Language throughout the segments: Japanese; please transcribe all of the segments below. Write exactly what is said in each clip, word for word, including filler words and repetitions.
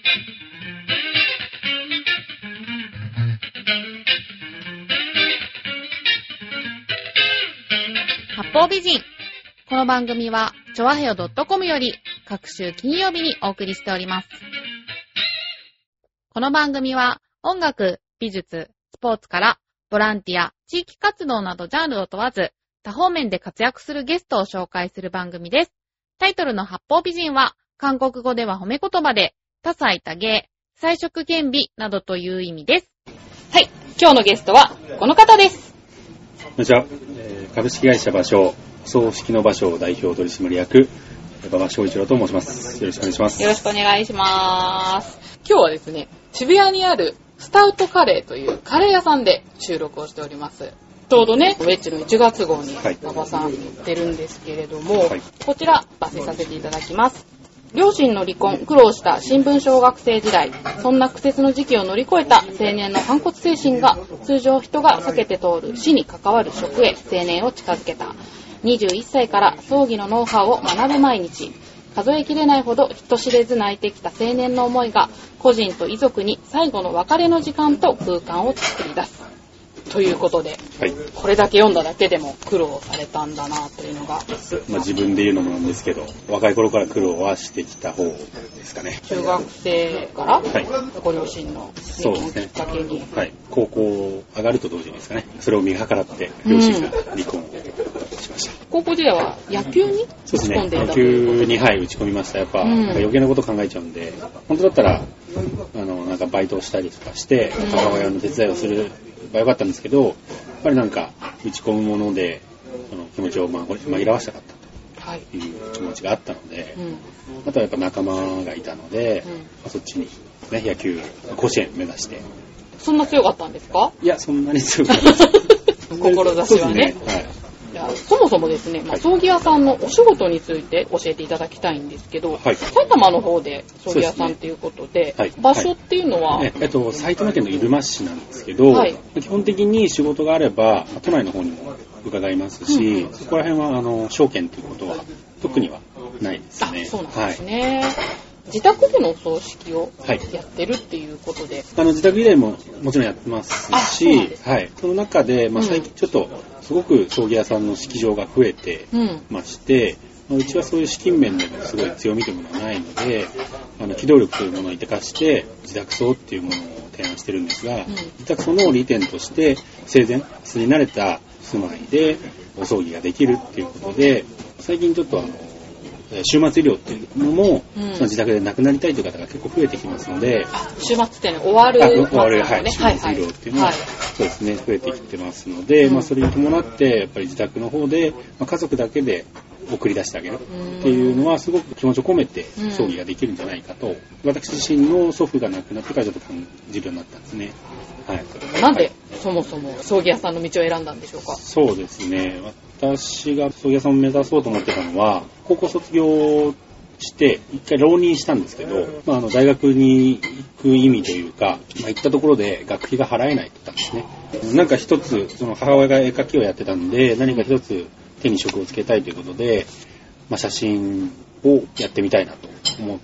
八方美人。この番組はチョアヘヨ .com より各週金曜日にお送りしております。この番組は音楽、美術、スポーツからボランティア、地域活動などジャンルを問わず多方面で活躍するゲストを紹介する番組です。タイトルの八方美人は韓国語では褒め言葉で多彩多芸、彩色兼備などという意味です。はい、今日のゲストはこの方です。 こんにちは、えー、株式会社芭蕉葬式の芭蕉代表取締役馬場翔一郎と申します。よろしくお願いします。 よろしくお願いします。今日はですね、渋谷にあるスタウトカレーというカレー屋さんで収録をしております。ちょうどね、ウェッジのいちがつ号に馬場さん出るんですけれども、はい、こちら出せさせていただきます。両親の離婚、苦労した新聞小学生時代、そんな苦節の時期を乗り越えた青年の反骨精神が通常人が避けて通る死に関わる職へ青年を近づけた。にじゅういっさいから葬儀のノウハウを学ぶ毎日。数えきれないほど人知れず泣いてきた青年の思いが個人と遺族に最後の別れの時間と空間を作り出す。ということで、はい、これだけ読んだだけでも苦労されたんだなというのが、 まあ、自分で言うのもなんですけど、若い頃から苦労はしてきた方ですかね。 中学生から、はい、ご両親の離婚をきっかけに、 ね、はい、高校上がると同時にですかね、それを見計らって両親が離婚をしました。 うん、高校時代は野球に打ち込んでいたということで、 野球に、はい、打ち込みました。やっぱ、うん、余計なこと考えちゃうんで、本当だったらあのなんかバイトをしたりとかして母親の手伝いをするばよかったんですけど、やっぱりなんか打ち込むものでその気持ちを紛らわしたかったという気持ちがあったので、はい、あとはやっぱ仲間がいたので、うん、まあ、そっちに、ね、野球甲子園目指して。 そんな強かったんですか？ いや、そんなに強かったです志はね。はい、いや、そもそもですね、まあ、葬儀屋さんのお仕事について教えていただきたいんですけど、はい、埼玉の方で葬儀屋さんということで、で、ね、はい、場所っていうのは、はい、 えっと、埼玉県の入間市なんですけど、はい、基本的に仕事があれば都内の方にも伺いますし、うん、そこら辺はあの証券ということは特にはないですね。 あ、そうなんですね。はい、自宅でのお葬式をやってるっていうことで、はい、 あの自宅以外ももちろんやってますし、そはい、その中で、まあ、最近ちょっとすごく葬儀屋さんの式場が増えてまして、うん、うちはそういう資金面でもすごい強みというものはないので、あの機動力というものを生かして自宅葬っていうものを提案してるんですが、うん、自宅葬の利点として生前住み慣れた住まいでお葬儀ができるっていうことで、最近ちょっとあの終末医療っていうのも、うん、その自宅で亡くなりたいという方が結構増えてきますので、 終末ってね、終わる、 終わる、はい、終末医療っていうのは、はい、そうですね、増えてきてますので、うん、まあ、それに伴ってやっぱり自宅の方で、まあ、家族だけで送り出してあげるっていうのはすごく気持ちを込めて葬儀ができるんじゃないかと、うん、私自身の祖父が亡くなってからちょっと感じるようになったんですね。はい、 なんで、はい、そもそも葬儀屋さんの道を選んだんでしょうか？ そうですね、私が葬儀屋さんを目指そうと思ってたのは、高校卒業して一回浪人したんですけど、まあ、あの大学に行く意味というか、まあ、行ったところで学費が払えないって言ったんですね。なんか一つ、その母親が絵描きをやってたんで、何か一つ手に職をつけたいということで、まあ、写真をやってみたいなと思って、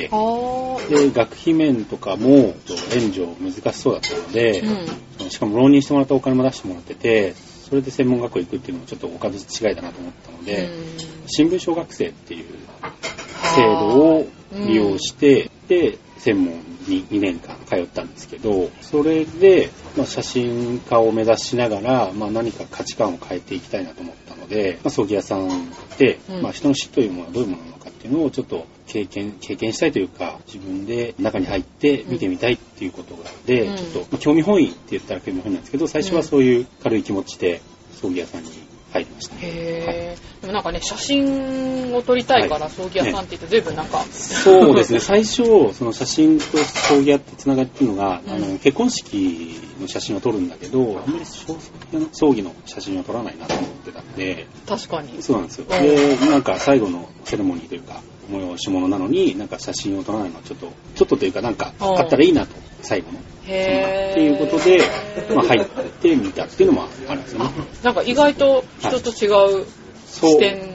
で学費面とかも援助難しそうだったので、うん、しかも浪人してもらったお金も出してもらってて、それで専門学校行くっていうのもちょっとお門違いだなと思ったので、新聞小学生っていう制度を利用して、うん、で専門ににねんかん通ったんですけど、それで、まあ、写真家を目指しながら、まあ、何か価値観を変えていきたいなと思ったので、まあ、葬儀屋さんで、うん、まあ、人の死というものはどういうものなのかっていうのをちょっと経験経験したいというか、自分で中に入って見てみたいっていうことで、うん、ちょっと、まあ、興味本位って言ったら興味本位なんですけど、最初はそういう軽い気持ちで葬儀屋さんに入りました。 へー、はい、でもなんかね、写真を撮りたいから葬儀屋さんって言って随分なんか、ね、 そうですね、最初その写真と葬儀屋ってつながってるのが、うん、あの結婚式の写真を撮るんだけど、あんまり葬儀の写真を撮らないなと思ってたんで。 確かにそうなんですよ。で、なんか最後のセレモニーというか催し物なのになんか写真を撮らないのはちょっとちょっとというか、なんかあったらいいなと、最後のへーっていうことで、まあ、入ってみたっていうのもあるんですよね。 なんか意外と人と違う視点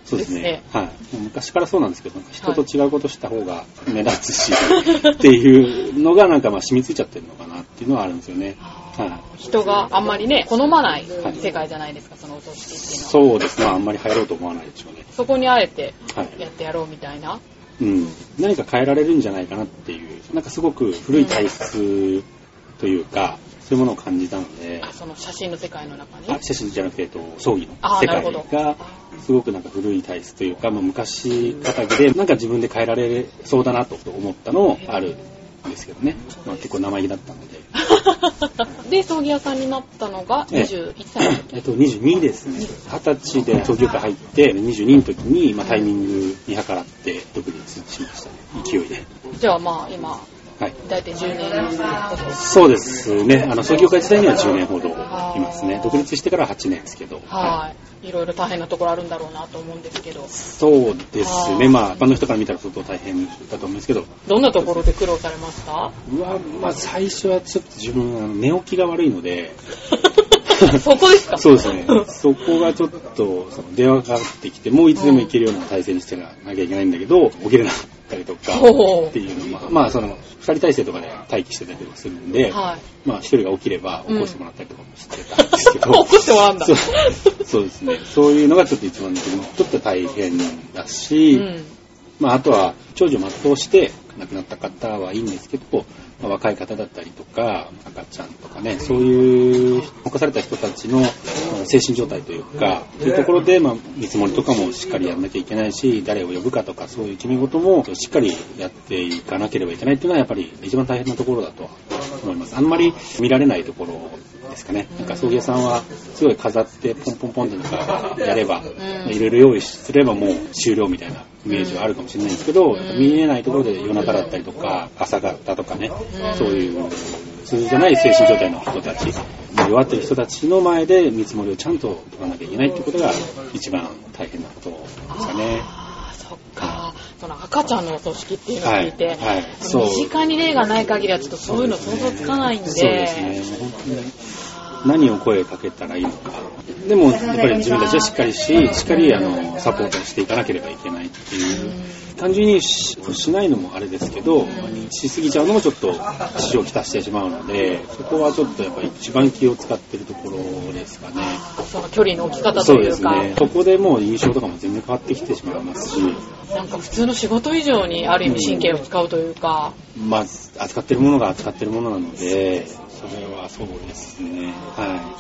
そうですね。 はい。昔からそうなんですけど、人と違うことした方が目立つし、はい、っていうのがなんかまあ染みついちゃってるのかなっていうのはあるんですよね。はい、 人があんまりね、好まない世界じゃないですか、はい、そのお葬式っていうのは。 そうですね。あんまり流行ろうと思わないでしょうね。 そこにあえてやってやろうみたいな。はい、 うん。何か変えられるんじゃないかなっていう、なんかすごく古い体質というか、うんそういうものを感じたので。 あ、その写真の世界の中に？ あ、写真じゃなくて、えっと、葬儀の世界が、すごくなんか古い体質というか、もう昔かぎで、なんか自分で変えられそうだなと思ったのもあるんですけどね。まあ、結構生意気だったので。 で、葬儀屋さんになったのがにじゅういっさいの時？ えっと、にじゅうにですね。はたちで葬儀業界入って、にじゅうにの時に、まあ、タイミングに計らって独立しましたね。勢いで。 じゃあまあ、今、はい、大体じゅうねんほど。 そうですね。あの、葬儀業界自体にはじゅうねんほどいますね。独立してからはちねんですけど。 はい。いろいろ大変なところあるんだろうなと思うんですけど。 そうですね。まあ、一般の人から見たら相当大変だと思うんですけど。 どんなところで苦労されました？ うわ、まあ、最初はちょっと自分、あの寝起きが悪いので。 そこですか？ そうですね。そこがちょっと、その電話がかかってきて、もういつでも行けるような体制にしてなきゃいけないんだけど、起きれなかったりとか、っていうのは、まあ、その、二人体制とかで待機してたりとかするんで、はい、まあ、一人が起きれば起こしてもらったりとかもしてたんですけど、 うん、起こしてもらうんだ。 そう、そうですね。そういうのがちょっと一番ちょっと大変だし、うん、まあ、あとは、長寿を全うして亡くなった方はいいんですけど、まあ、若い方だったりとか、赤ちゃんとかね、そういう残された人たちの精神状態というか、そういうところで、まあ、見積もりとかもしっかりやんなきゃいけないし、誰を呼ぶかとか、そういう決め事もしっかりやっていかなければいけないっていうのは、やっぱり一番大変なところだと思います。あんまり見られないところですかね。なんか葬儀屋さんはすごい飾ってポンポンポンってなんかやれば、いろいろ用意すればもう終了みたいなイメージはあるかもしれないんですけど、見えないところで夜中だったりとか、朝方とかね、そういう普通じゃない精神状態の人たち、弱ってる人たちの前で見積もりをちゃんと取らなきゃいけないっていうことが一番大変なことですかね。 ああ、そっか。その赤ちゃんのお葬式っていうのを聞いて、はいはい、身近に例がない限りはちょっとそういうの想像つかないんで。 そうですね。本当に何を声かけたらいいのか。でもやっぱり自分たちはしっかりし、しっかりあのサポートしていかなければいけないっていう。単純に し, しないのもあれですけど、しすぎちゃうのもちょっと支障をきたしてしまうので、そこはちょっとやっぱり一番気を使ってるところですかね。 その距離の置き方というか。そうですね。そこでもう印象とかも全然変わってきてしまいますし。 なんか普通の仕事以上にある意味神経を使うというか。 うん、まあ、扱ってるものが扱ってるものなので、それはそうですね。はい。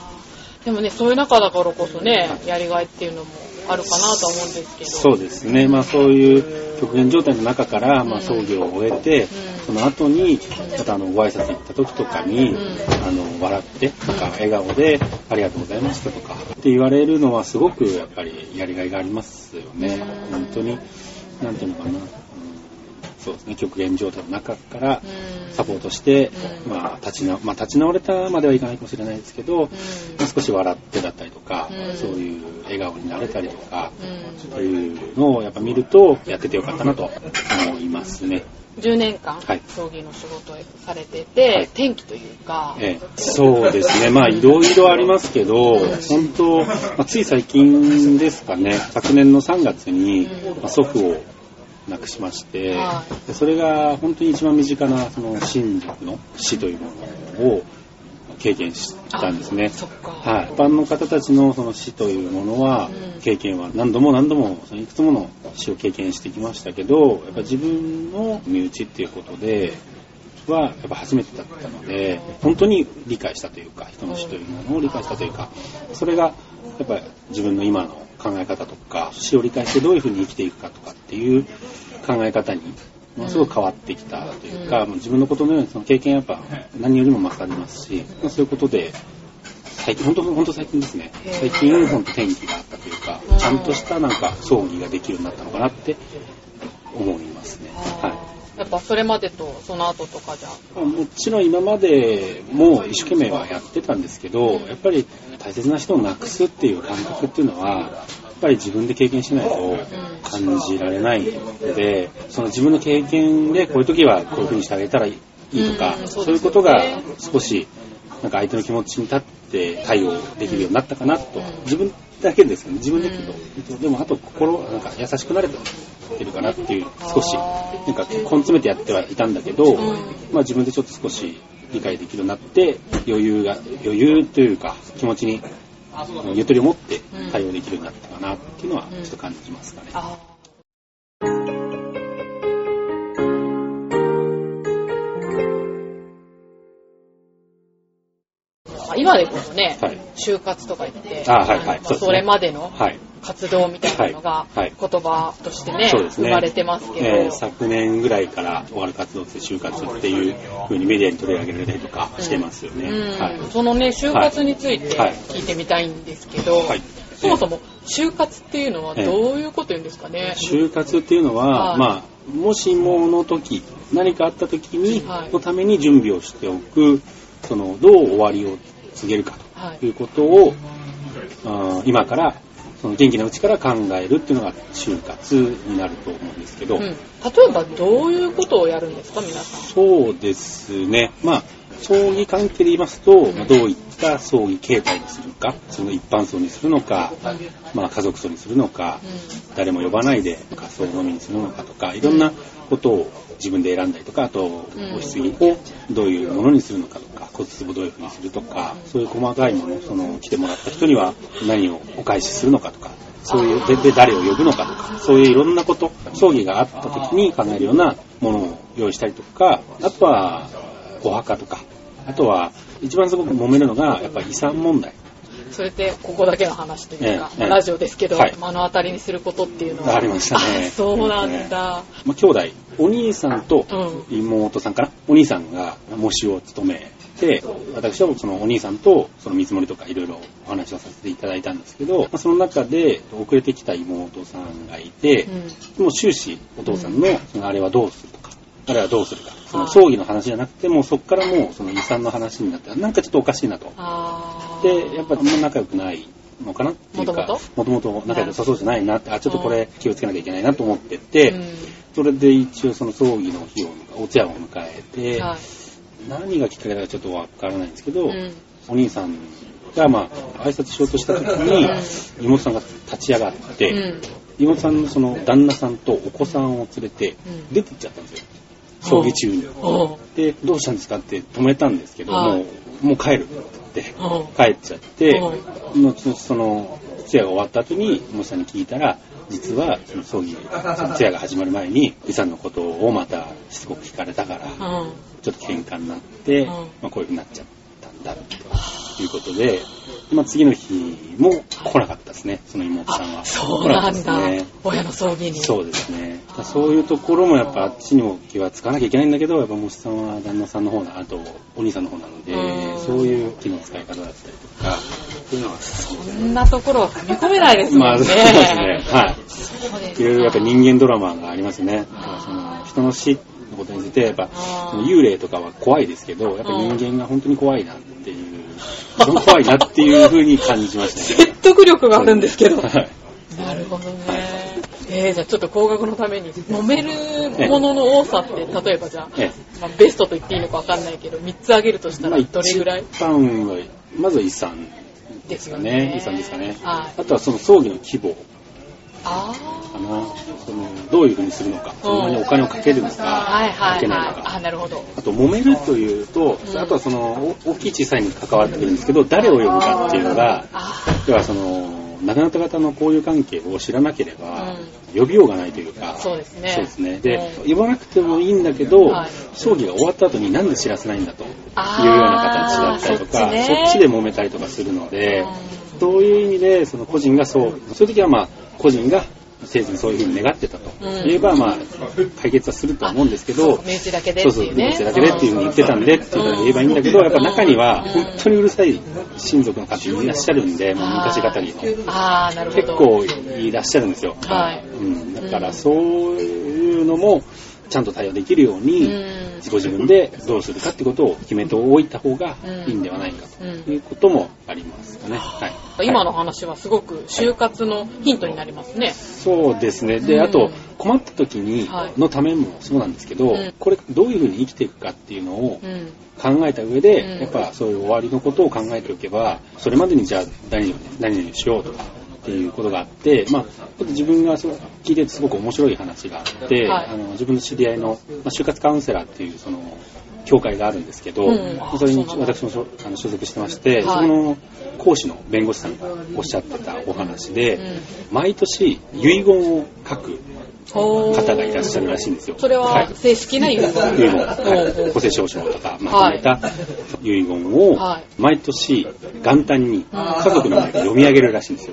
でもね、そういう中だからこそね、やりがいっていうのもあるかなと思うんですけど。 そうですね。まあそういう極限状態の中から、まあ葬儀を終えて、うん、その後に、またあのご挨拶行った時とかに、うん、あの笑ってとか笑顔でありがとうございましたとかって言われるのはすごくやっぱりやりがいがありますよね。うん、本当に、なんていうのかな。そうですね、極限状態の中からサポートして、うん、まあ、立ち直、まあ、立ち直れたまではいかないかもしれないですけど、うん、まあ、少し笑ってだったりとか、うん、そういう笑顔になれたりとか、うん、そういうのをやっぱ見るとやっててよかったなと思いますね。 じゅうねんかん、はい、葬儀の仕事をされてて、はい、転機というか、 ええ、そうですね、まあいろいろありますけど、本当、まあ、つい最近ですかね、昨年のさんがつに、まあ、祖父を亡くしまして、はい、それが本当に一番身近なその親族の死というものを経験したんですね。はい、一般の方たちのその死というものは、うん、経験は何度も何度もそのいくつもの死を経験してきましたけど、やっぱ自分の身内っていうことではやっぱ初めてだったので、本当に理解したというか、人の死というものを理解したというか、それがやっぱり自分の今の考え方とか、死を理解してどういうふうに生きていくかとかっていう考え方にものすごく変わってきたというか、うん、自分のことのようにその経験やっぱ何よりも勝りますし、そういうことで最近、本当本当最近ですね、最近本当転機があったというか、ちゃんとしたなんか葬儀ができるようになったのかなって思いますね。はい。 やっぱそれまでとその後とかじゃ、 もちろん今までも一生懸命はやってたんですけど、やっぱり大切な人を亡くすっていう感覚っていうのはやっぱり自分で経験しないと感じられないので、その自分の経験でこういう時はこういう風にしてあげたらいいとか、うん、そういうことが少しなんか相手の気持ちに立って対応できるようになったかなと、自分だけですよね。自分で言うと、うん、でもあと心なんか優しくなれてるかなっていう、少しなんか根詰めてやってはいたんだけど、うん、まあ自分でちょっと少し理解できるようになって余裕が余裕というか気持ちにゆとりを持って対応できるようになったかなっていうのはちょっと感じますかね。うん、 今でこそね、はい、就活とか言って、 あ、はいはい、 そ, それまでの活動みたいなのが言葉としてね、はいはい、生まれてますけど、 えー、昨年ぐらいから終わる活動って就活っていう風にメディアに取り上げられたりとかしてますよね。 うんはい、そのね就活について聞いてみたいんですけど、はいはい、そもそも就活っていうのはどういうこと言うんですかね。 えー、就活っていうのは、はい、まあもしもの時何かあった時に、はい、のために準備をしておく、そのどう終わりを告げるかということを、はい、今からその元気なうちから考えるっていうのが就活になると思うんですけど、うん、例えばどういうことをやるんですか皆さん。 そうですね、まあ葬儀関係で言いますと、うん、どういった葬儀形態にするか、その一般葬にするのか、まあ、家族葬にするのか、うん、誰も呼ばないで火葬のみにするのかとか、いろんなことを自分で選んだりとか、あとお棺をどういうものにするのかとか、骨壺をどういうふうにするとか、そういう細かいもの、その来てもらった人には何をお返しするのかとか、そういうでで誰を呼ぶのかとか、そういういろんなこと、葬儀があった時に考えるようなものを用意したりとか、あとはお墓とか、あとは一番すごく揉めるのがやっぱり遺産問題。 それってここだけの話というか、ええ、ラジオですけど、はい、目の当たりにすることっていうのはありましたね。 そうなんだ。ええ、 まあ、兄弟、お兄さんと妹さんかな、うん、お兄さんが喪主を務めて、私はそのお兄さんとその見積もりとかいろいろお話をさせていただいたんですけど、まあ、その中で遅れてきた妹さんがいて、うん、もう終始お父さんの、そのあれはどうするとか、あれはどうするか、その葬儀の話じゃなくても、そこからもうその遺産の話になったらなんかちょっとおかしいなと。でやっぱりあんま仲良くないのかなっていうか、もともと仲良さそうじゃないなって、あ、ちょっとこれ気をつけなきゃいけないなと思ってて、うん、それで一応その葬儀の日をお通夜を迎えて、はい、何がきっかけだかちょっとわからないんですけど、うん、お兄さんがまあ挨拶しようとした時に、うん、妹さんが立ち上がって、うん、妹さんのその旦那さんとお子さんを連れて出て行っちゃったんですよ。葬儀中に。で、どうしたんですかって止めたんですけど、もう、もう帰るって帰っちゃって、その通夜が終わった後に妹さんに聞いたら、実はその葬儀、その通夜が始まる前に遺産のことをまたしつこく聞かれたから、ちょっと喧嘩になって、まあ、こういう風になっちゃったんだということで、まあ、次の日も来なかったですね、その妹さんは。 そうなんだ、ね、親の葬儀に。 そうですね。そういうところもやっぱあっちにも気はつかなきゃいけないんだけど、やっぱもしさんは旦那さんの方な、あとお兄さんの方なので、うそういう気の使い方だったりとか、そういうのはそんなところは踏み込めないですもんね。まあそうですね。はい。いろいろやっぱ人間ドラマがありますね。その人の死のことについてやっぱ幽霊とかは怖いですけど、やっぱ人間が本当に怖いなっていう。怖いなっていう風に感じましたね。 説得力があるんですけど。はい、なるほどね。はい、えー、じゃあちょっと高額のために飲めるものの多さって、例えばじゃあ、まあ、ベストと言っていいのか分かんないけどみっつ挙げるとしたらどれぐらい？ 一番はまずは遺産ですかね。遺産ですかね。はい、あとはその葬儀の規模。あかな、そのどういう風にするのか、そんなにお金をかけるのか、かけないのか、 あ、なるほど。 あと揉めるというと、うん、あとはその大きい小さいに関わってくるんですけど、誰を呼ぶかっていうのが、要はその亡くなった方の交友関係を知らなければ、うん、呼びようがないというか、 そうですね。 そうですね。で、うん、呼ばなくてもいいんだけど、はい、葬儀が終わった後になんで知らせないんだというような形だったりとか、そっちね、そっちで揉めたりとかするので、うん、そういう意味でその個人がそう、そういう時はまあ個人が生前そういうふうに願ってたと、うん、言えばまあ解決はすると思うんですけど、 身内だけでっていうね、 そうそう、身内だけでっていうふうに言ってたんでって言えばいいんだけど、やっぱ中には本当にうるさい親族の方いらっしゃるんで、もう昔語りのあー、なるほど、 結構いらっしゃるんですよ。はい、うん、だからそういうのもちゃんと対応できるように、自己自分でどうするかってことを決めておいた方がいいんではないかということもありますかね。はい、 今の話はすごく就活のヒントになりますね。はい、 そうですね。で、あと困った時にのためもそうなんですけど、これどういうふうに生きていくかっていうのを考えた上で、やっぱそういう終わりのことを考えておけば、それまでにじゃあ何々しようとか、 っていうことがあって、まあ、ちょっと自分がそう聞いててすごく面白い話があって、はい、あの自分の知り合いの、まあ、就活カウンセラーっていうその協会があるんですけど、うん、それに私も所あの所属してまして、はい、その講師の弁護士さんがおっしゃってたお話で、うん、毎年遺言を書く方がいらっしゃるらしいんですよ。 それは正式な遺言、はい、 遺言、はい、公正証書とかまとめた遺言を毎年元旦に家族の前で読み上げるらしいんですよ。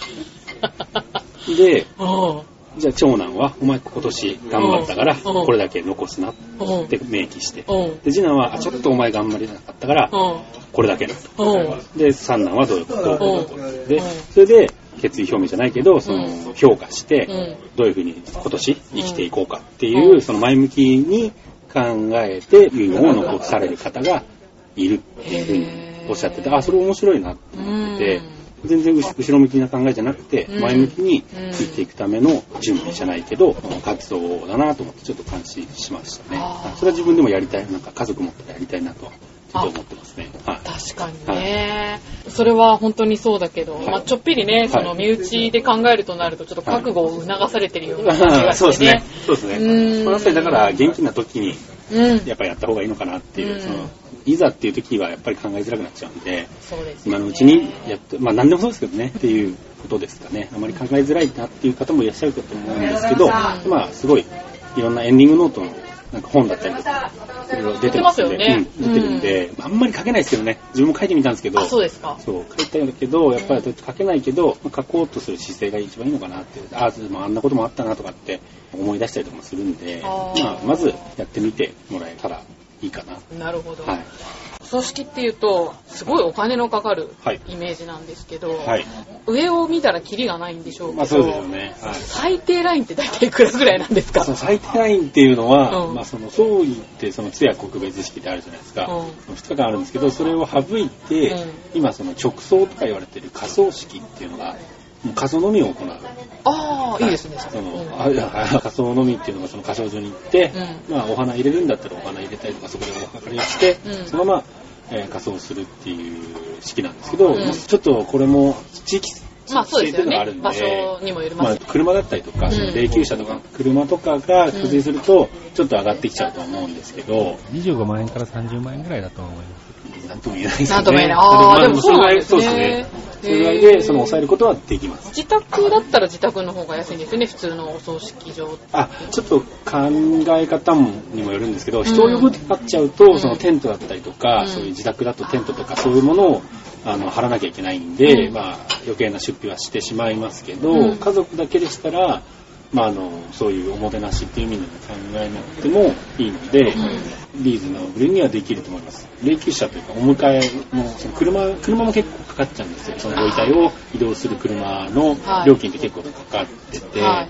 で、じゃあ長男はお前今年頑張ったからこれだけ残すなって明記して、で次男はあちょっとお前頑張れなかったからこれだけなと、で三男はどういうことで、それで決意表明じゃないけどその評価してどういうふうに今年生きていこうかっていうその前向きに考えて遺言を残される方がいるっていうふうにおっしゃってて、あそれ面白いなって思ってて。全然後ろ向きな考えじゃなくて前向きに生きていくための準備じゃないけど活動だなと思ってちょっと感心しましたね。それは自分でもやりたい、なんか家族持ったらやりたいなとはちょっと思ってますね。はい、 確かにね、はい、それは本当にそうだけど、はい、まあ、ちょっぴりねその身内で考えるとなるとちょっと覚悟を促されてるような感じがしてね。 そうですね。そうですね。まあ、だから元気な時にやっぱりやった方がいいのかなっていう。そのいざっていう時はやっぱり考えづらくなっちゃうんで、 そうですね、 今のうちにやって、まあ何でもそうですけどねっていうことですかね。あまり考えづらいなっていう方もいらっしゃるかと思うんですけど、まあすごいいろんなエンディングノートのなんか本だったりとかいろいろ出てますんで、 ね、 うん、出てるんで、うん、あんまり書けないですけどね。自分も書いてみたんですけど、 あ、そうですか。 そう書いたんだけどやっぱり書けないけど書こうとする姿勢が一番いいのかなって、あああんなこともあったなとかって思い出したりとかもするんで、あ、まあまずやってみてもらえたらいいかな。 なるほど。 はい。 組織っていうとすごいお金のかかるイメージなんですけど、 はい、 上を見たらキリがないんでしょうけど、 まあ、そうですよね、はい、 最低ラインって大体いくらぐらいなんですか？ その最低ラインっていうのは、うん、まあ、その葬儀ってその通夜告別式ってあるじゃないですか、うん、ふつかかんあるんですけどそれを省いて、うん、今その直葬とか言われてる火葬式っていうのが火葬のみを行う。 ああ、いいですね。 その、うん、火葬のみっていうのがその火葬場に行って、うん、まあお花入れるんだったらお花入れたりとかそこでお別れをして、うん、そのまま、えー、火葬するっていう式なんですけど、うん、ちょっとこれも地域まあそうですよね。場所にもよります。 まあ車だったりとか、その霊柩車とか車とかが付随するとちょっと上がってきちゃうと思うんですけど、 にじゅうごまんえんからさんじゅうまんえんぐらいだと思います。 なんとも言えないですよね。 なんとも言えない。ああ、でもそうなんですね。 そうですね。それぐらいでその抑えることはできます。 自宅だったら自宅の方が安いんですよね、普通のお葬式場。 あ、ちょっと考え方にもよるんですけど、人を呼ぶってなっちゃうと、うん、そのテントだったりとか、うん、そういう自宅だとテントとかそういうものをあの張らなきゃいけないんで、うん、まあ余計な出費はしてしまいますけど、うん、家族だけでしたら、まあ、あのそういうおもてなしっていう意味で考えなくてもいいので、うん、リーズナブルにはできると思います。霊柩車というかお迎えのその 車, 車も結構かかっちゃうんですよ。そのご遺体を移動する車の料金って結構かかってて、はい、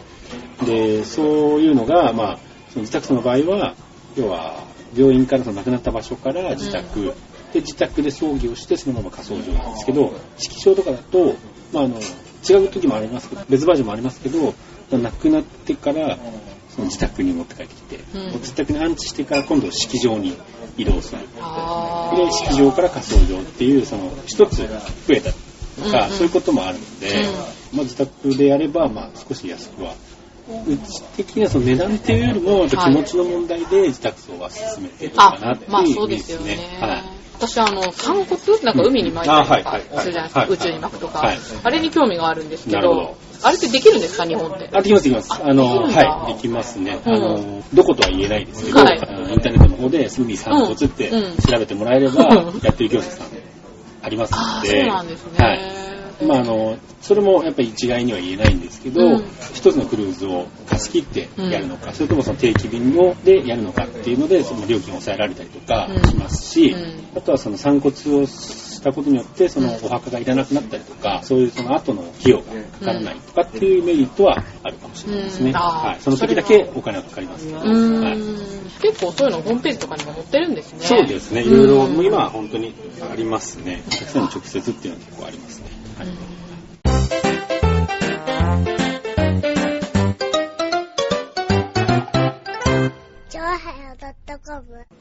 でそういうのが、まあ、その自宅の場合は要は病院からその亡くなった場所から自宅、うん、で自宅で葬儀をしてそのまま火葬場なんですけど、式場とかだと、まあ、あの違う時もありますけど別バージョンもありますけど亡くなってからその自宅に持って帰ってきて、うん、自宅に安置してから今度式場に移動する。で式場から火葬場っていうその一つ増えたとか、うんうん、そういうこともあるので、うん、まあ、自宅でやればまあ少し安くは、うち的にはその値段っていうよりも気持ちの問題で自宅葬は進めてるかなっていうイメージですね。はい、 私あの散骨なんか海に撒いたりとかするじゃないですか、宇宙に撒くとか、はい、あれに興味があるんですけど、あれってできるんですか日本って？ あ、できますできます。あのはいできますね。うん、あのどことは言えないですけど、はい、あのインターネットの方で海散骨って調べてもらえれば、うん、やってる業者さんありますので、 あ、そうなんですね。はい。 まああのそれもやっぱり一概には言えないんですけど、うん、一つのクルーズを貸し切ってやるのか、うん、それともその定期便をでやるのかっていうのでその料金を抑えられたりとかしますし、うんうん、あとはその散骨をしたことによってそのお墓がいらなくなったりとか、そういうその後の費用がかからないとかっていうメリットはあるかもしれないですね。うん、はい、その時だけお金がかかります。はい、 結構そういうのホームページとかにも載ってるんですね。 そうですね。いろいろもう今は本当にありますね。お客さんに直接っていうのは結構ありますね。はい、 チョアヘヨドットコム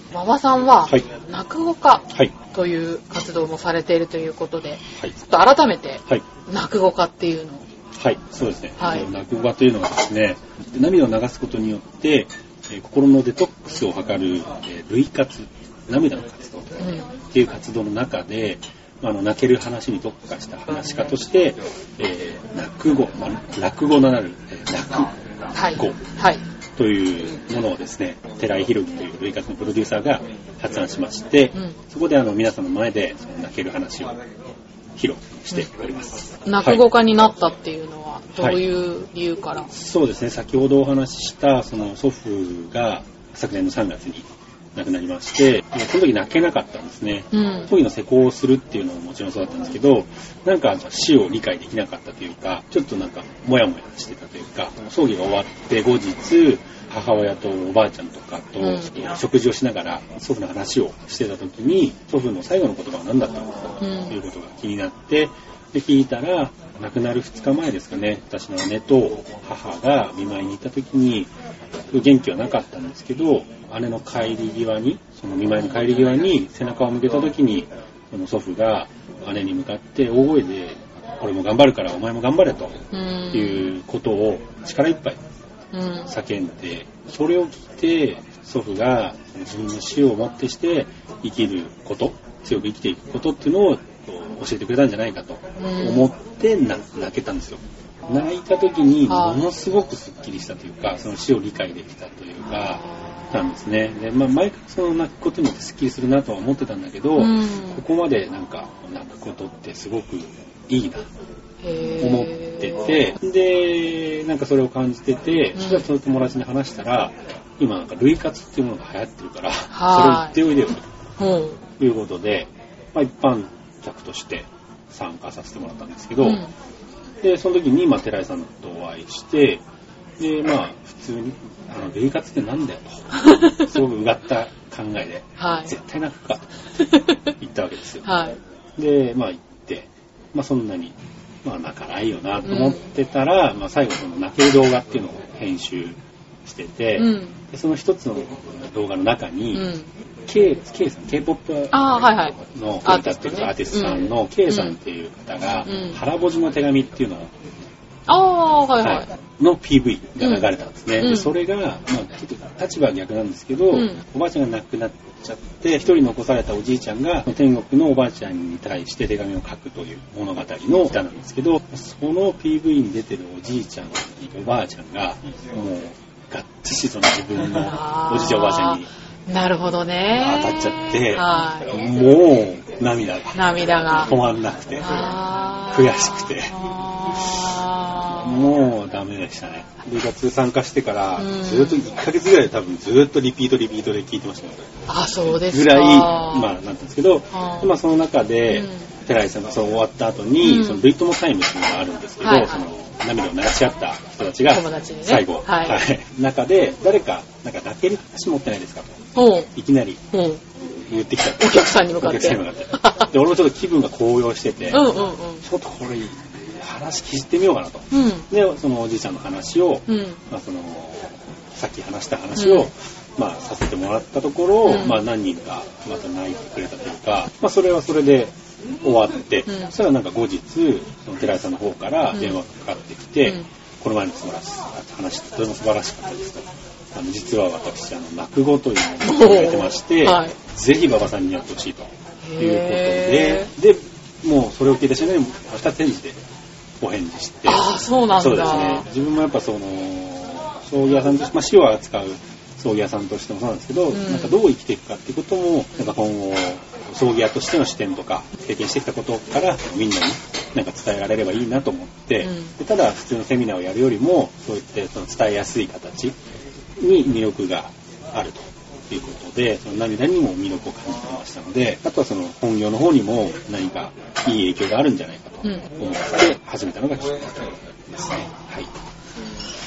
馬場さんは、 はい、 落語家という活動もされているということで、 はい、 ちょっと改めて、 はい、 落語家っていうのを。 はい、そうですね。 はい、 落語家というのはですね、涙を流すことによって、えー、心のデトックスを図る、えー、涙活、涙の活動っていう活動の中で、うん、あの泣ける話に特化した話家として、えー、落語、まあ、落語ならぬ、えー、落語。はいはいというものをですね、寺井宏樹という涙活のプロデューサーが発案しまして、うん、そこであの皆さんの前でその泣ける話を披露しております。 うん、落語家になったっていうのはどういう理由から、はい、 そうですね、先ほどお話ししたその祖父が昨年のさんがつに亡くなりまして、その時泣けなかったんですね。うん、葬儀の施工をするっていうのももちろんそうだったんですけど、なんか死を理解できなかったというか、ちょっとなんかモヤモヤしてたというか、葬儀が終わって後日、母親とおばあちゃんとかと食事をしながら祖父の話をしてた時に、祖父の最後の言葉は何だったのかということが気になって、で聞いたら、亡くなるふつかまえですかね、私の姉と母が見舞いに行った時に元気はなかったんですけど、姉の帰り際に、その見舞いの帰り際に背中を向けた時に、その祖父が姉に向かって大声で、俺も頑張るからお前も頑張れということを力いっぱい叫んで、それを聞いて祖父が自分の死をもってして生きること、強く生きていくことっていうのを教えてくれたんじゃないかと思って泣けたんですよ。泣いた時にものすごくスッキリしたというか、その死を理解できたというかなんですね。で、まあ、毎回その泣くことによってスッキリするなとは思ってたんだけど、ここまでなんか泣くことってすごくいいな思ってて、でなんかそれを感じてて、それはその友達に話したら、今なんか涙活っていうものが流行ってるから、それを言っておいでよということで、まあ、一般客として参加させてもらったんですけど、うん、でその時にまあ寺井さんとお会いして、でまあ普通にあの涙活ってなんだよとすごくうがった考えで、はい、絶対泣くかと言ったわけですよ。はい、でまあ言って、まあそんなにまあ泣かないよなと思ってたら、うん、まあ最後その泣ける動画っていうのを編集してて、うん、でその一つの動画の中に、うん、K, K さん K-ポップ の歌っていうアーティストさんの K さんっていう方が、うん、腹ぼじの手紙っていうのをあー、はいはいはい、 の ピーブイ が流れたんですね。うん、でそれが、まあ、立場は逆なんですけど、うん、おばあちゃんが亡くなっちゃって一人残されたおじいちゃんが天国のおばあちゃんに対して手紙を書くという物語の歌なんですけど、その ピーブイ に出てるおじいちゃんおばあちゃんがもうがっつしその自分のおじいちゃんおばあちゃんになるほどね当たっちゃって、はい、もう涙が涙が止まんなくて悔しくてもうダメでしたね。涙活参加してからずっといっかげつぐらい多分ずっとリピートリピートで聞いてましたね。 あ、そうですか。 ぐらいまあなんですけど、まあその中で、うん、寺井さんがそう終わった後に、うん、そのルイトモタイムっていうのがあるんですけど、はいはい、その涙を流し合った人たちが最後、ねはいはい、中で誰かなんか泣ける話持ってないですかといきなり言ってきた。 お客さんに向かって。 お客さんに向かって。で俺もちょっと気分が高揚してて、うんうんうん、ちょっとこれ話聞いてみようかなと。うん、でそのおじいちゃんの話を、うんまあ、そのさっき話した話を、うんまあ、させてもらったところ、うんまあ、何人かまた泣いてくれたというか、まあ、それはそれで終わって、うん、そしたらなんか後日その寺井さんの方から電話がかかってきて、うん、この前の素晴らしい話とても素晴らしかったですと。あの実は私あの落語というのを考えてまして、はい、ぜひ馬場さんにやってほしいということで、でもうそれを聞いた瞬間にふたつ返事でお返事して、 ああそうなんだ。 そうですね。自分もやっぱその葬儀屋さんとして、まあ、死を扱う葬儀屋さんとしてもそうなんですけど、うん、なんかどう生きていくかっていうこともなんか今後葬儀屋としての視点とか経験してきたことからみんなになんか伝えられればいいなと思って、うん、でただ普通のセミナーをやるよりもそういってその伝えやすい形に魅力があるということで、その涙にも魅力を感じてましたので、あとはその本業の方にも何かいい影響があるんじゃないかと思って始めたのがきっかけですね。はい。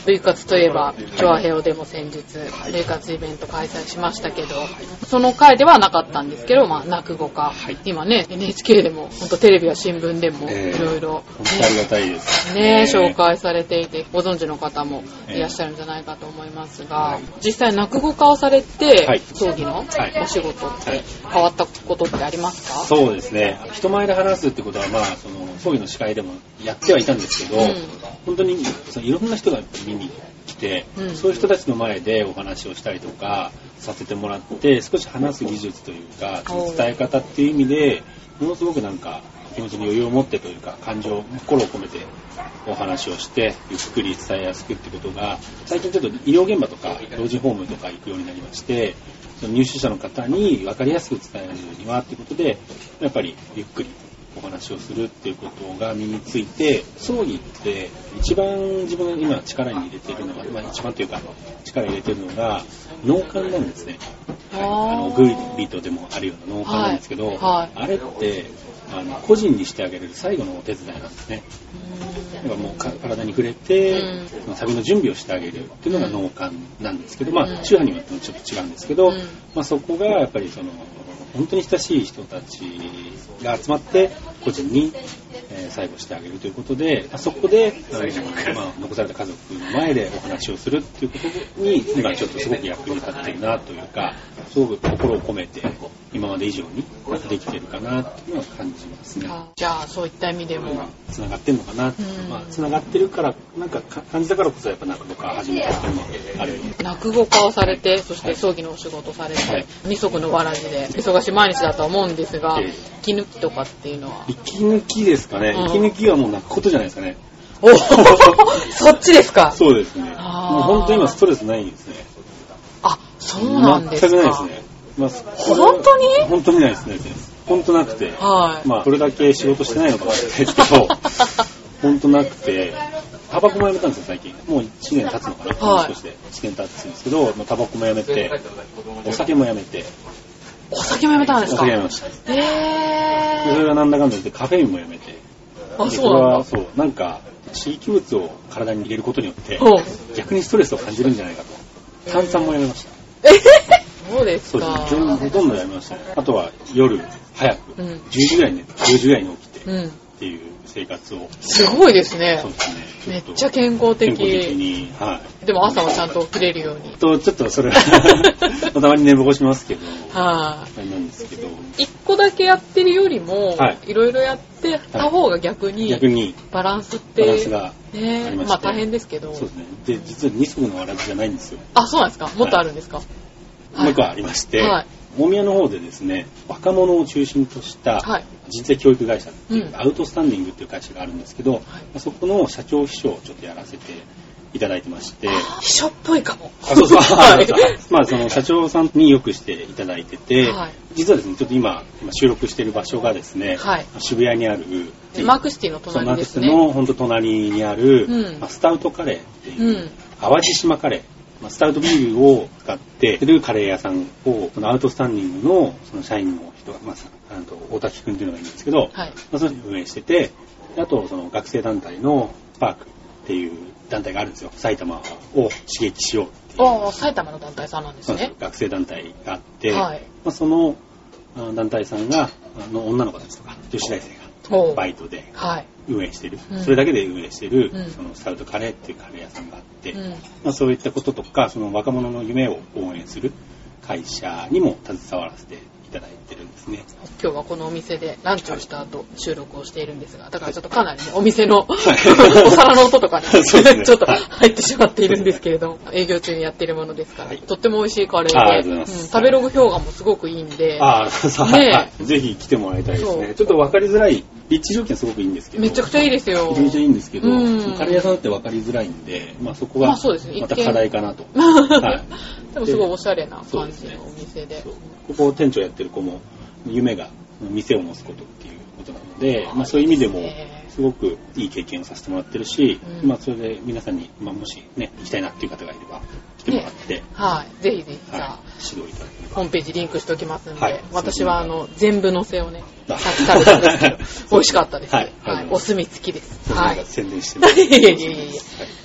類活といえば、チョアヘオでも先日、類活イベント開催しましたけど、その回ではなかったんですけど、まあ、落語家、今ね、エヌエイチケー でも、本当テレビや新聞でも、いろいろ、 本当ありがたいですね、紹介されていて、ご存知の方もいらっしゃるんじゃないかと思いますが、実際落語家をされて、葬儀のお仕事って変わったことってありますか？ そうですね。人前で話すってことは、まあ、その、葬儀の司会でもやってはいたんですけど、うん、本当にそのいろんな人が見に来て、うん、そういう人たちの前でお話をしたりとかさせてもらって、少し話す技術というか、伝え方っていう意味で、ものすごくなんか気持ちに余裕を持ってというか、感情、心を込めてお話をして、ゆっくり伝えやすくってことが、最近ちょっと医療現場とか、老人ホームとか行くようになりまして、その入所者の方に分かりやすく伝えるにはっていうことで、やっぱりゆっくりお話をするっていうことが身について、葬儀って一番自分が今力に入れているのが、まあ一番というか力入れているのが納棺なんですね。はい、あのグリとでもあるような納棺なんですけど、はいはい、あれってあの個人にしてあげれる最後のお手伝いなんですね。だからもう体に触れて、その旅の準備をしてあげるっていうのが納棺なんですけど、まあ宗派によってもちょっと違うんですけど、まあそこがやっぱりその本当に親しい人たちが集まって個人に、えー、最後してあげるということで、そこで、あのまあ、残された家族の前でお話をするっていうことに今ちょっとすごく役に立ってるなというか、すごく心を込めて今まで以上にできてるかなっていうのは感じますね。 じゃあそういった意味でもつながってるのかな、まあ、つながってるからなんか感じたからこそやっぱ落語家始めたっていうのもある。 落語家をされて、そして葬儀のお仕事をされて、はい、二足のわらじで忙しい毎日だと思うんですが、えー、息抜きとかっていうのは息抜きですかね、うん、息抜きはもう泣くことじゃないですかね。 おそっちですか？ そうですね。もう本当に今ストレスないんですね。 あ、そうなんですか。 全くないですね。まあ、 本当に本当にないですね。本当なくて、はい、まあそれだけ仕事してないのかもしれないですけど本当なくて、タバコもやめたんですよ最近。もういちねん経つのかな、はい、少しでいちねん経つんですけど、まあ、タバコもやめて、お酒もやめて。 お酒もやめたんですか？ お酒やめました。 へー。 それがなんだかんだ言ってカフェインもやめて。 あ、そうなんだ。 そう、なんか刺激物を体に入れることによって逆にストレスを感じるんじゃないかと。炭酸もやめました。 えー、そうですか。 そうですね。ほとんどやめましたね。あとは夜早く、うん、じゅうじぐらいに寝てじゅうじぐらいに起きて、うん、っていう生活を。 すごいですね。 そうですね。 めっちゃ健康的。 健康的に、はい。 でも朝はちゃんと起きれるように。 とちょっとそれはたまに寝ぼこしますけど、 はい。 あれなんですけど。 一個だけやってるよりも、はい、いろいろやってた方が逆に、 逆にバランスってバランスがありまして、 ね、まあ大変ですけど。 そうですね。で実は二足のわらじじゃないんですよ。 あ、そうなんですか。もっとあるんですか。 はい、もう一個ありまして。はい、大宮の方でですね、若者を中心とした人材教育会社っていう、うん、アウトスタンディングっていう会社があるんですけど、はい、そこの社長秘書をちょっとやらせていただいてまして、 秘書っぽいかも。 あ、そうそう。はい、まあその社長さんによくしていただいてて、はい、実はですね、ちょっと今今収録している場所がですね、はい、渋谷にあるマークシティの隣ですね。 マークシティの本当隣にある、うんまあ、スタウトカレーっていう、うん、淡路島カレー。スタウトビールを使っているカレー屋さんを、そのアウトスタンディングのその社員の人が、まあ、あの大滝くんっていうのがいるんですけど、はいまあ、それを運営してて、あとその学生団体のスパークっていう団体があるんですよ。埼玉を刺激しようっていう。 ああ、埼玉の団体さんなんですね。そうです。 学生団体があって、はいまあ、その団体さんが、あの女の子たちとか女子大生がバイトで、はい運営してる、うん、それだけで運営してる、うん、そのスタウトカレーっていうカレー屋さんがあって、うんまあ、そういったこととかその若者の夢を応援する会社にも携わらせていただいてるんですね。 今日はこのお店でランチをした後収録をしているんですが、だからちょっとかなり、ね、お店の、はい、お皿の音とかに、ねね、ちょっと入ってしまっているんですけれども、営業中にやっているものですから、はい、とっても美味しいカレーで、うん、食べログ評価もすごくいいんで、 あそうねはい、ぜひ来てもらいたいですね。ちょっと分かりづらい立地条件すごくいいんですけど、 めちゃくちゃいいですよ。 めちゃくちゃいいんですけど、カレー屋さんって分かりづらいんで、まあそこがまた課題かなと。まあはい、でもすごいおしゃれな感じのお店で、でここ店長やってる子も夢が店を持つことっていうことなので、まあそういう意味でもすごくいい経験をさせてもらってるし、うん、まあそれで皆さんに、まあ、もしね行きたいなっていう方がいれば来てもらって、ね、 はいぜひぜひじゃあ、はい、 指導いただければホームページリンクしておきますんで、 はい、 私はあの全部のせをねさっき食べたんですけど美味しかったです。はい、はい、お墨付きです。 はい、宣伝してます。 いやいやいやいや。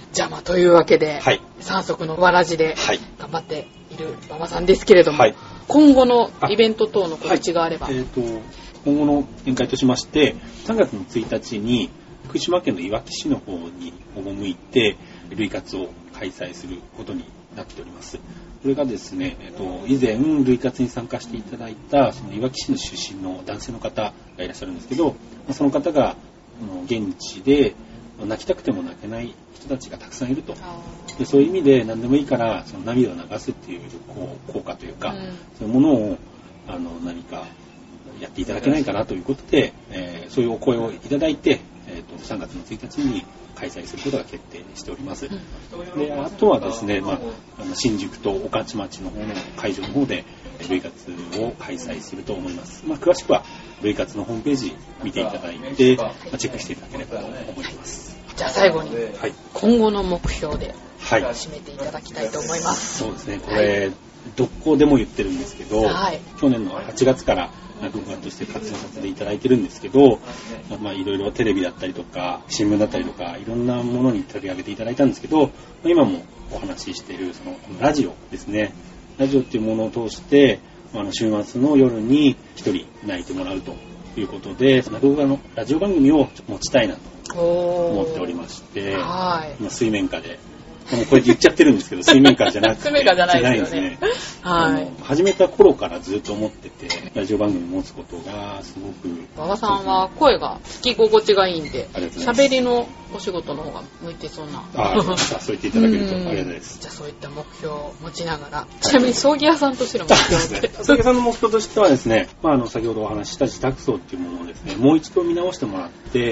じゃあまあというわけで、はい、三足のわらじで頑張っている馬場さんですけれども、はい、今後のイベント等の告知があれば。 はい、えーと、今後の展開としまして、さんがつのついたちに福島県のいわき市の方に赴いて類活を開催することになっております。これがですね、えっと、以前類活に参加していただいたそのいわき市の出身の男性の方がいらっしゃるんですけど、その方が現地で泣きたくても泣けない人たちがたくさんいると。でそういう意味で何でもいいからその涙を流すっていうこう効果というか、うん、そういうものをあの何かやっていただけないかなということで、えー、そういうお声をいただいて、えー、とさんがつのついたちに開催することが決定しております。であとはですね、まあ、あの新宿と御徒町の方の会場の方で類活を開催すると思います。まあ、詳しくは類活のホームページ見ていただいて、まあ、チェックしていただければと思います。 じゃあ最後に、はい、今後の目標で締めていただきたいと思います。 はい、そうですね、これ、はい、どこでも言ってるんですけど、はい、去年のはちがつから落語家として活動させていただいてるんですけど、まあいろいろテレビだったりとか新聞だったりとかいろんなものに取り上げていただいたんですけど、今もお話ししているそのラジオですね。ラジオっていうものを通してあの週末の夜に一人泣いてもらうということで、落語家のラジオ番組を持ちたいなと思っておりまして、はい、今水面下で。もうこれ言っちゃってるんですけど、水面下じゃなくて、 水面下じゃないですよね。 はい。始めた頃からずっと思ってて、ラジオ番組持つことがすごく。 馬場さんは声が聞き心地がいいんで、喋りのお仕事の方が向いてそうな。 ああ、そう言っていただけるとありがたいです。 じゃあそういった目標を持ちながら、ちなみに葬儀屋さんとしての目標って。 葬儀屋さんの目標としてはですね、まああの先ほどお話しした自宅葬っていうものをですね、もう一度見直してもらって、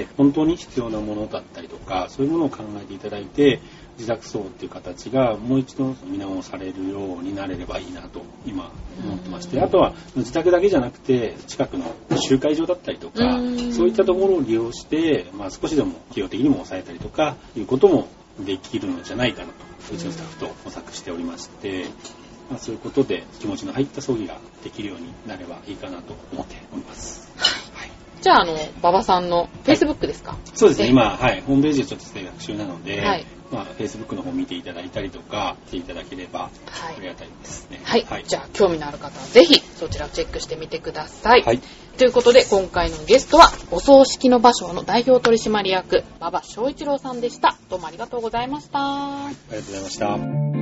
本当に必要なものだったりとか、そういうものを考えていただいて、自宅葬っていう形がもう一度見直されるようになれればいいなと今思ってまして、あとは自宅だけじゃなくて近くの集会場だったりとか、そういったところを利用して、まあ、少しでも費用的にも抑えたりとかいうこともできるのじゃないかなとうちのスタッフと模索しておりまして、まあ、そういうことで気持ちの入った葬儀ができるようになればいいかなと思っております。 じゃあ、あの、馬場さんの Facebook ですか？はい、 そうですね、今、はい、ホームページをちょっと制約中なので、はい、まあ、Facebook の方見ていただいたりとか、していただければありがたいですね。 はい。はい、じゃあ、興味のある方はぜひ、そちらをチェックしてみてください。はい。ということで、今回のゲストは、お葬式の場所の代表取締役、馬場翔一郎さんでした。どうもありがとうございました。 はい、ありがとうございました。